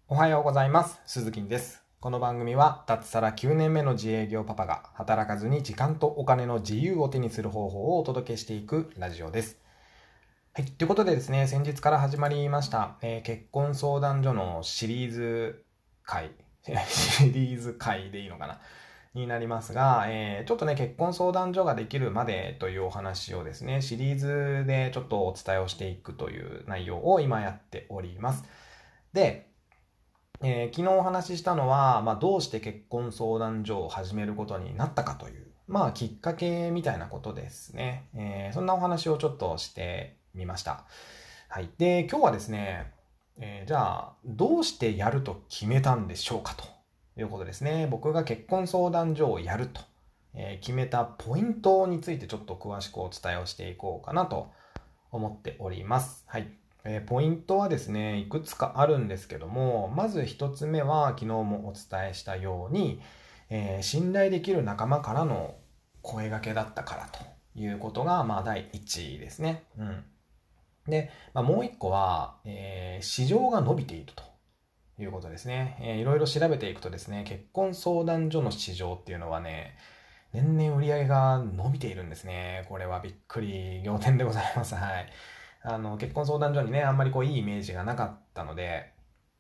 おはようございます。鈴木です。この番組は脱サラ9年目の自営業パパが働かずに時間とお金の自由を手にする方法をお届けしていくラジオです。はい。ということでですね、先日から始まりました、結婚相談所のシリーズ会、シリーズ会でいいのかなになりますが、ちょっとね、結婚相談所ができるまでというお話をですね、シリーズでちょっとお伝えをしていくという内容を今やっております。で、昨日お話ししたのは、どうして結婚相談所を始めることになったかという、きっかけみたいなことですね。そんなお話をちょっとしてみました。はい。で、今日はですね、じゃあ、どうしてやると決めたんでしょうかということですね。僕が結婚相談所をやると、決めたポイントについてちょっと詳しくお伝えをしていこうかなと思っております。はい。ポイントはですね、いくつかあるんですけども、まず一つ目は昨日もお伝えしたように、信頼できる仲間からの声掛けだったからということが、第一ですね。うん。で、もう一個は、市場が伸びているということですね。いろいろ調べていくとですね、結婚相談所の市場っていうのはね、年々売り上げが伸びているんですね。これはびっくり仰天でございます。はい。結婚相談所にね、あんまりいいイメージがなかったので、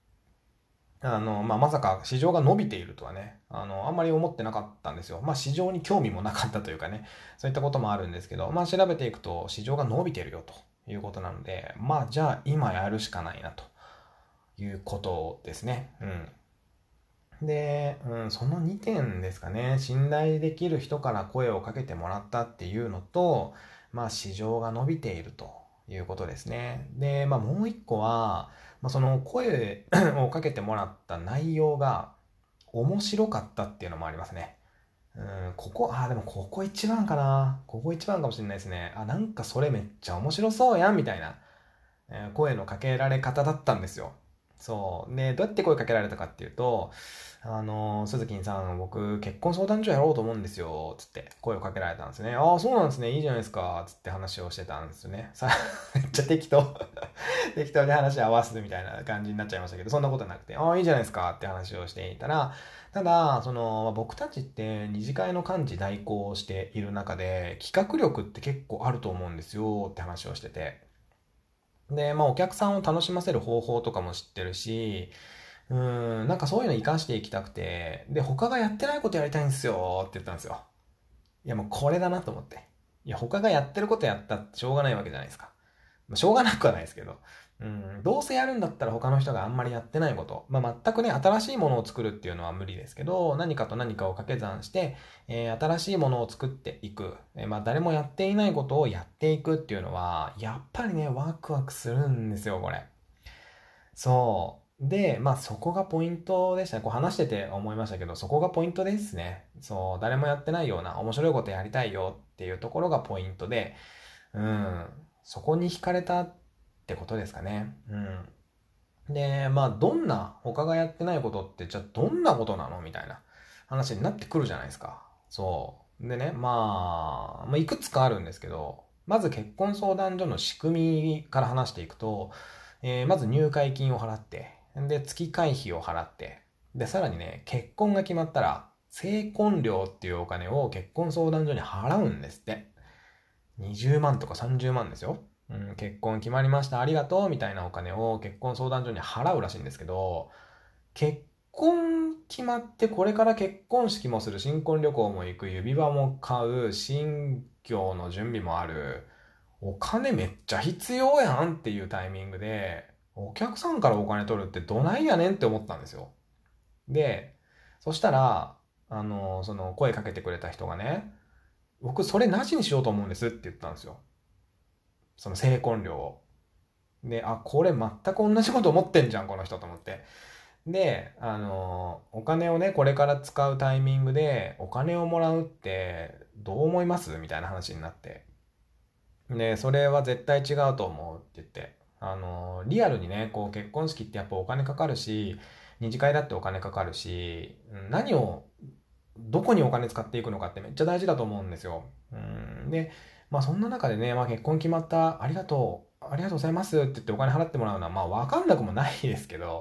まさか市場が伸びているとはね、あんまり思ってなかったんですよ。市場に興味もなかったというかね、そういったこともあるんですけど、調べていくと市場が伸びているよということなので、じゃあ今やるしかないなということですね。うん。で、その2点ですかね。信頼できる人から声をかけてもらったっていうのと、市場が伸びているということですね。で、もう一個は、その声をかけてもらった内容が面白かったっていうのもありますね。でもここ一番かな。ここ一番かもしれないですね。なんかそれめっちゃ面白そうやん、みたいな。声のかけられ方だったんですよ。そう。で、どうやって声かけられたかっていうと、鈴木さん、僕、結婚相談所やろうと思うんですよ、つって声をかけられたんですね。ああ、そうなんですね、いいじゃないですか、つって話をしてたんですよね。めっちゃ適当適当に話を合わせるみたいな感じになっちゃいましたけど、そんなことなくて、ああ、いいじゃないですかって話をしていたら、ただ、僕たちって二次会の幹事代行をしている中で、企画力って結構あると思うんですよって話をしてて。で、お客さんを楽しませる方法とかも知ってるし、なんかそういうの活かしていきたくて、で、他がやってないことやりたいんですよって言ったんですよ。いや、もうこれだなと思って。いや、他がやってることやったってしょうがないわけじゃないですか。しょうがなくはないですけど。どうせやるんだったら他の人があんまりやってないこと。全くね、新しいものを作るっていうのは無理ですけど、何かと何かを掛け算して、新しいものを作っていく。誰もやっていないことをやっていくっていうのは、やっぱりね、ワクワクするんですよ、これ。そう。で、そこがポイントでしたね。こう話してて思いましたけど、そこがポイントですね。そう、誰もやってないような面白いことやりたいよっていうところがポイントで、うん、そこに惹かれたってことですかね。で、どんな、他がやってないことって、じゃあどんなことなのみたいな話になってくるじゃないですか。そう。でね、いくつかあるんですけど、まず結婚相談所の仕組みから話していくと、まず入会金を払って、で、月会費を払って、で、さらにね、結婚が決まったら、成婚料っていうお金を結婚相談所に払うんですって。20万とか30万ですよ。結婚決まりました、ありがとうみたいなお金を結婚相談所に払うらしいんですけど、結婚決まってこれから結婚式もする、新婚旅行も行く、指輪も買う、新居の準備もある、お金めっちゃ必要やんっていうタイミングで、お客さんからお金取るってどないやねんって思ったんですよ。で、そしたら、その声かけてくれた人がね、僕それなしにしようと思うんですって言ったんですよ。その成婚料を。で、これ全く同じこと思ってんじゃん、この人と思って。で、お金をね、これから使うタイミングで、お金をもらうって、どう思いますみたいな話になって。で、それは絶対違うと思うって言って。リアルにね、こう結婚式ってやっぱお金かかるし、二次会だってお金かかるし、何を、どこにお金使っていくのかってめっちゃ大事だと思うんですよ。で、そんな中でね、結婚決まった、ありがとうございますって言ってお金払ってもらうのは、わかんなくもないですけど、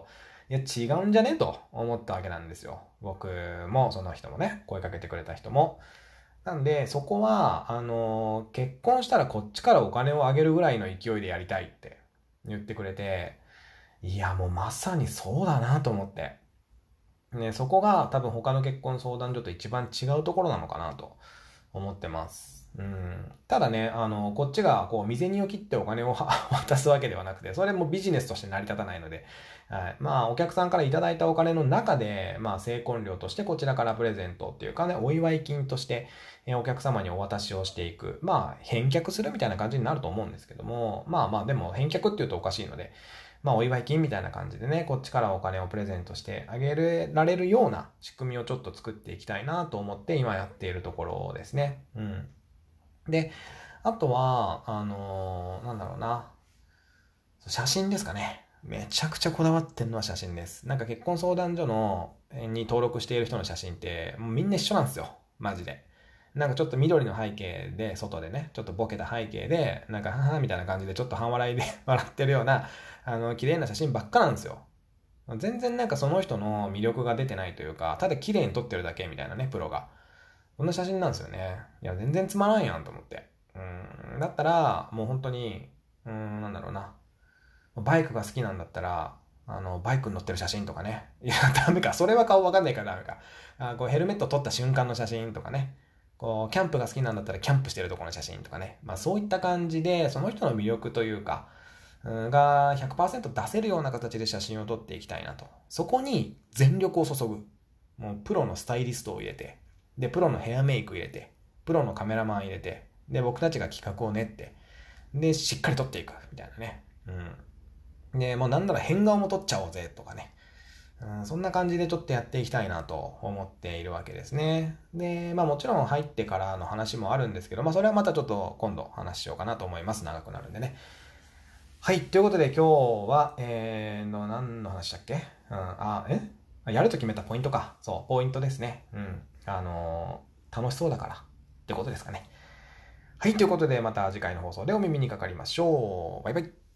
いや、違うんじゃねと思ったわけなんですよ。僕も、その人もね、声かけてくれた人も。なんで、そこは、結婚したらこっちからお金をあげるぐらいの勢いでやりたいって言ってくれて、いや、もうまさにそうだなと思って。ね、そこが多分他の結婚相談所と一番違うところなのかなと思ってます。うん。ただね、こっちがこう、未銭を切ってお金を渡すわけではなくて、それもビジネスとして成り立たないので、はい。まあ、お客さんからいただいたお金の中で、まあ、成婚料としてこちらからプレゼントっていうかね、お祝い金として、お客様にお渡しをしていく。まあ、返却するみたいな感じになると思うんですけども、まあまあ、でも返却っていうとおかしいので、まあ、お祝い金みたいな感じでね、こっちからお金をプレゼントしてあげられるような仕組みをちょっと作っていきたいなと思って今やっているところですね。うん。で、あとは、なんだろうな。写真ですかね。めちゃくちゃこだわってるのは写真です。なんか結婚相談所に登録している人の写真って、もうみんな一緒なんですよ。マジで。なんかちょっと緑の背景で、外でね、ちょっとボケた背景で、なんか、ははみたいな感じで、ちょっと半笑いで笑ってるような、綺麗な写真ばっかなんですよ。全然なんかその人の魅力が出てないというか、ただ綺麗に撮ってるだけみたいなね、プロが。こんな写真なんですよね。いや、全然つまらんやんと思って。だったら、もう本当に、なんだろうな。バイクが好きなんだったら、バイクに乗ってる写真とかね。いや、ダメか。それは顔わかんないからダメか。こうヘルメット撮った瞬間の写真とかね。こう、キャンプが好きなんだったらキャンプしてるところの写真とかね。まあそういった感じで、その人の魅力というか、が100%出せるような形で写真を撮っていきたいなと。そこに全力を注ぐ。もうプロのスタイリストを入れて、で、プロのヘアメイク入れて、プロのカメラマン入れて、で、僕たちが企画を練って、で、しっかり撮っていく、みたいなね。で、もうなんなら変顔も撮っちゃおうぜ、とかね。そんな感じでちょっとやっていきたいなと思っているわけですね。で、まあもちろん入ってからの話もあるんですけど、まあそれはまたちょっと今度話しようかなと思います。長くなるんでね。はい。ということで今日は、何の話だっけやると決めたポイントか。そう、ポイントですね。楽しそうだからってことですかね。はい。ということでまた次回の放送でお耳にかかりましょう。バイバイ。